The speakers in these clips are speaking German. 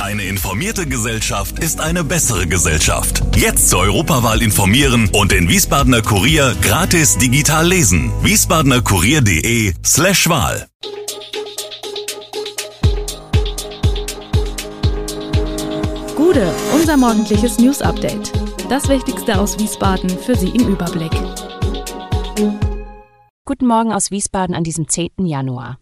Eine informierte Gesellschaft ist eine bessere Gesellschaft. Jetzt zur Europawahl informieren und den Wiesbadener Kurier gratis digital lesen. wiesbadenerkurier.de/Wahl. Gude, unser morgendliches News-Update. Das Wichtigste aus Wiesbaden für Sie im Überblick. Guten Morgen aus Wiesbaden an diesem 10. Januar.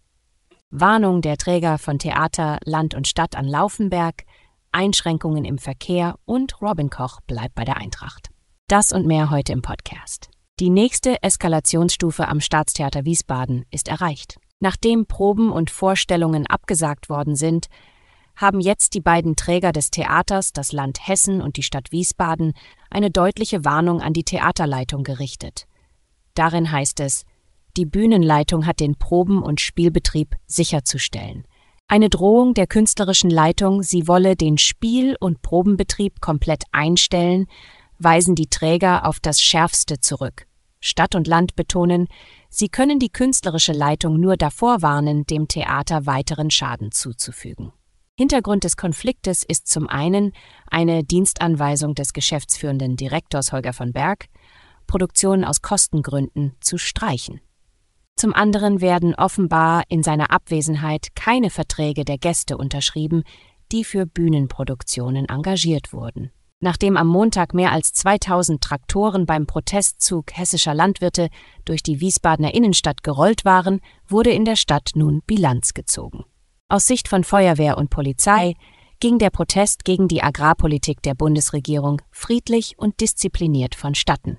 Warnung der Träger von Theater, Land und Stadt an Laufenberg, Einschränkungen im Verkehr und Robin Koch bleibt bei der Eintracht. Das und mehr heute im Podcast. Die nächste Eskalationsstufe am Staatstheater Wiesbaden ist erreicht. Nachdem Proben und Vorstellungen abgesagt worden sind, haben jetzt die beiden Träger des Theaters, das Land Hessen und die Stadt Wiesbaden, eine deutliche Warnung an die Theaterleitung gerichtet. Darin heißt es, die Bühnenleitung hat den Proben- und Spielbetrieb sicherzustellen. Eine Drohung der künstlerischen Leitung, sie wolle den Spiel- und Probenbetrieb komplett einstellen, weisen die Träger auf das Schärfste zurück. Stadt und Land betonen, sie können die künstlerische Leitung nur davor warnen, dem Theater weiteren Schaden zuzufügen. Hintergrund des Konfliktes ist zum einen eine Dienstanweisung des geschäftsführenden Direktors Holger von Berg, Produktionen aus Kostengründen zu streichen. Zum anderen werden offenbar in seiner Abwesenheit keine Verträge der Gäste unterschrieben, die für Bühnenproduktionen engagiert wurden. Nachdem am Montag mehr als 2000 Traktoren beim Protestzug hessischer Landwirte durch die Wiesbadener Innenstadt gerollt waren, wurde in der Stadt nun Bilanz gezogen. Aus Sicht von Feuerwehr und Polizei ging der Protest gegen die Agrarpolitik der Bundesregierung friedlich und diszipliniert vonstatten.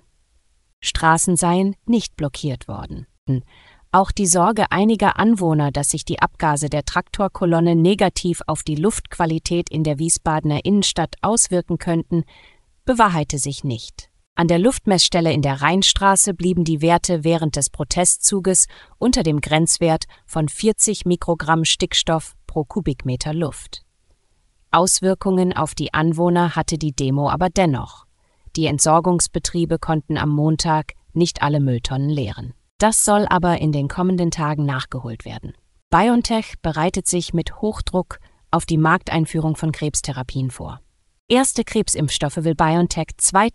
Straßen seien nicht blockiert worden. Auch die Sorge einiger Anwohner, dass sich die Abgase der Traktorkolonne negativ auf die Luftqualität in der Wiesbadener Innenstadt auswirken könnten, bewahrheitete sich nicht. An der Luftmessstelle in der Rheinstraße blieben die Werte während des Protestzuges unter dem Grenzwert von 40 Mikrogramm Stickstoff pro Kubikmeter Luft. Auswirkungen auf die Anwohner hatte die Demo aber dennoch. Die Entsorgungsbetriebe konnten am Montag nicht alle Mülltonnen leeren. Das soll aber in den kommenden Tagen nachgeholt werden. BioNTech bereitet sich mit Hochdruck auf die Markteinführung von Krebstherapien vor. Erste Krebsimpfstoffe will BioNTech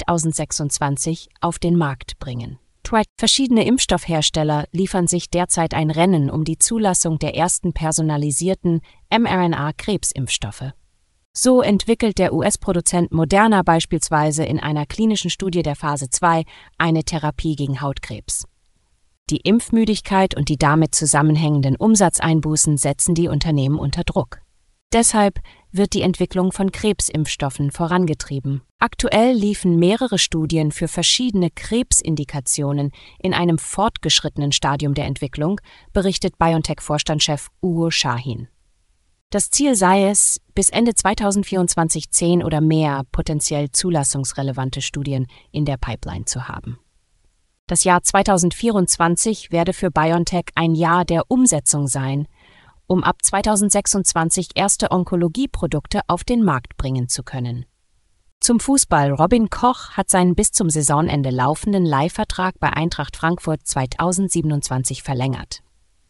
2026 auf den Markt bringen. Verschiedene Impfstoffhersteller liefern sich derzeit ein Rennen um die Zulassung der ersten personalisierten mRNA-Krebsimpfstoffe. So entwickelt der US-Produzent Moderna beispielsweise in einer klinischen Studie der Phase 2 eine Therapie gegen Hautkrebs. Die Impfmüdigkeit und die damit zusammenhängenden Umsatzeinbußen setzen die Unternehmen unter Druck. Deshalb wird die Entwicklung von Krebsimpfstoffen vorangetrieben. Aktuell liefen mehrere Studien für verschiedene Krebsindikationen in einem fortgeschrittenen Stadium der Entwicklung, berichtet BioNTech-Vorstandschef Ugo Shahin. Das Ziel sei es, bis Ende 2024 10 oder mehr potenziell zulassungsrelevante Studien in der Pipeline zu haben. Das Jahr 2024 werde für BioNTech ein Jahr der Umsetzung sein, um ab 2026 erste Onkologieprodukte auf den Markt bringen zu können. Zum Fußball: Robin Koch hat seinen bis zum Saisonende laufenden Leihvertrag bei Eintracht Frankfurt 2027 verlängert.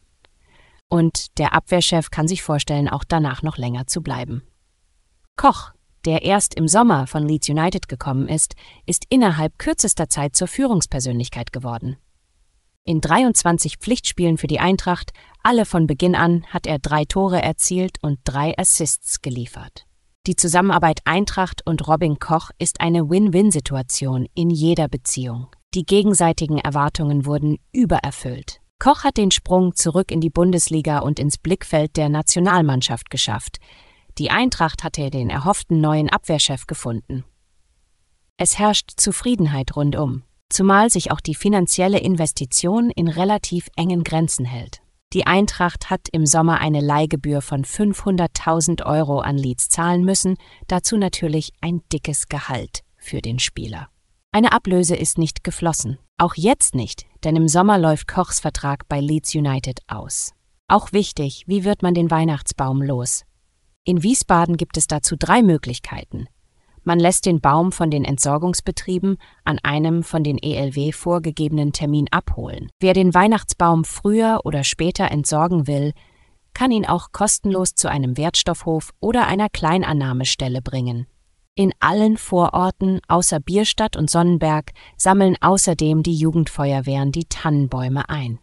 Und der Abwehrchef kann sich vorstellen, auch danach noch länger zu bleiben. Koch, der erst im Sommer von Leeds United gekommen ist innerhalb kürzester Zeit zur Führungspersönlichkeit geworden. In 23 Pflichtspielen für die Eintracht, alle von Beginn an, hat er 3 Tore erzielt und 3 Assists geliefert. Die Zusammenarbeit Eintracht und Robin Koch ist eine Win-Win-Situation in jeder Beziehung. Die gegenseitigen Erwartungen wurden übererfüllt. Koch hat den Sprung zurück in die Bundesliga und ins Blickfeld der Nationalmannschaft geschafft. Die Eintracht hatte den erhofften neuen Abwehrchef gefunden. Es herrscht Zufriedenheit rundum, zumal sich auch die finanzielle Investition in relativ engen Grenzen hält. Die Eintracht hat im Sommer eine Leihgebühr von 500.000 € an Leeds zahlen müssen, dazu natürlich ein dickes Gehalt für den Spieler. Eine Ablöse ist nicht geflossen, auch jetzt nicht, denn im Sommer läuft Kochs Vertrag bei Leeds United aus. Auch wichtig, wie wird man den Weihnachtsbaum los? In Wiesbaden gibt es dazu 3 Möglichkeiten. Man lässt den Baum von den Entsorgungsbetrieben an einem von den ELW vorgegebenen Termin abholen. Wer den Weihnachtsbaum früher oder später entsorgen will, kann ihn auch kostenlos zu einem Wertstoffhof oder einer Kleinannahmestelle bringen. In allen Vororten außer Bierstadt und Sonnenberg sammeln außerdem die Jugendfeuerwehren die Tannenbäume ein.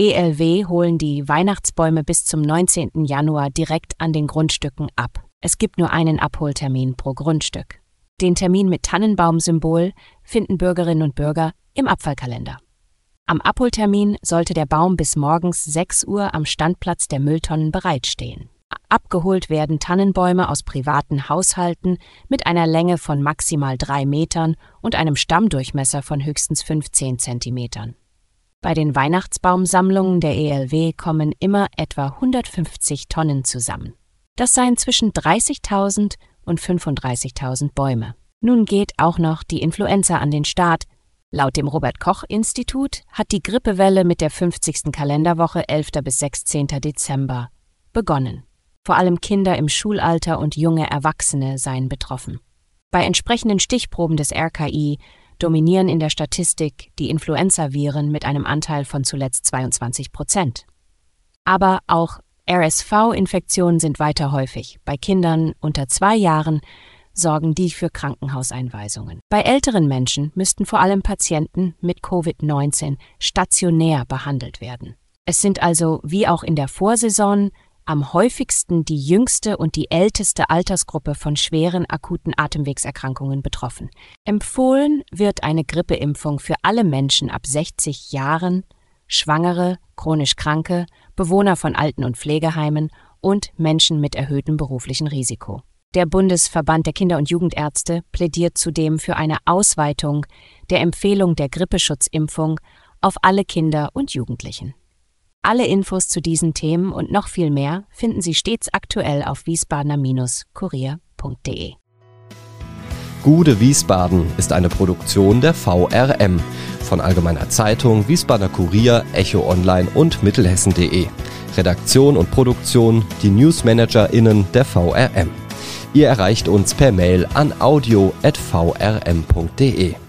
ELW holen die Weihnachtsbäume bis zum 19. Januar direkt an den Grundstücken ab. Es gibt nur einen Abholtermin pro Grundstück. Den Termin mit Tannenbaumsymbol finden Bürgerinnen und Bürger im Abfallkalender. Am Abholtermin sollte der Baum bis morgens 6 Uhr am Standplatz der Mülltonnen bereitstehen. Abgeholt werden Tannenbäume aus privaten Haushalten mit einer Länge von maximal 3 Metern und einem Stammdurchmesser von höchstens 15 Zentimetern. Bei den Weihnachtsbaumsammlungen der ELW kommen immer etwa 150 Tonnen zusammen. Das seien zwischen 30.000 und 35.000 Bäume. Nun geht auch noch die Influenza an den Start. Laut dem Robert-Koch-Institut hat die Grippewelle mit der 50. Kalenderwoche 11. bis 16. Dezember begonnen. Vor allem Kinder im Schulalter und junge Erwachsene seien betroffen. Bei entsprechenden Stichproben des RKI dominieren in der Statistik die Influenzaviren mit einem Anteil von zuletzt 22%. Aber auch RSV-Infektionen sind weiter häufig. Bei Kindern unter 2 Jahren sorgen die für Krankenhauseinweisungen. Bei älteren Menschen müssten vor allem Patienten mit Covid-19 stationär behandelt werden. Es sind also, wie auch in der Vorsaison, am häufigsten die jüngste und die älteste Altersgruppe von schweren akuten Atemwegserkrankungen betroffen. Empfohlen wird eine Grippeimpfung für alle Menschen ab 60 Jahren, Schwangere, chronisch Kranke, Bewohner von Alten- und Pflegeheimen und Menschen mit erhöhtem beruflichen Risiko. Der Bundesverband der Kinder- und Jugendärzte plädiert zudem für eine Ausweitung der Empfehlung der Grippeschutzimpfung auf alle Kinder und Jugendlichen. Alle Infos zu diesen Themen und noch viel mehr finden Sie stets aktuell auf wiesbadener-kurier.de. Gude Wiesbaden ist eine Produktion der VRM von Allgemeiner Zeitung, Wiesbadener Kurier, Echo Online und Mittelhessen.de. Redaktion und Produktion die NewsmanagerInnen der VRM. Ihr erreicht uns per Mail an audio@vrm.de.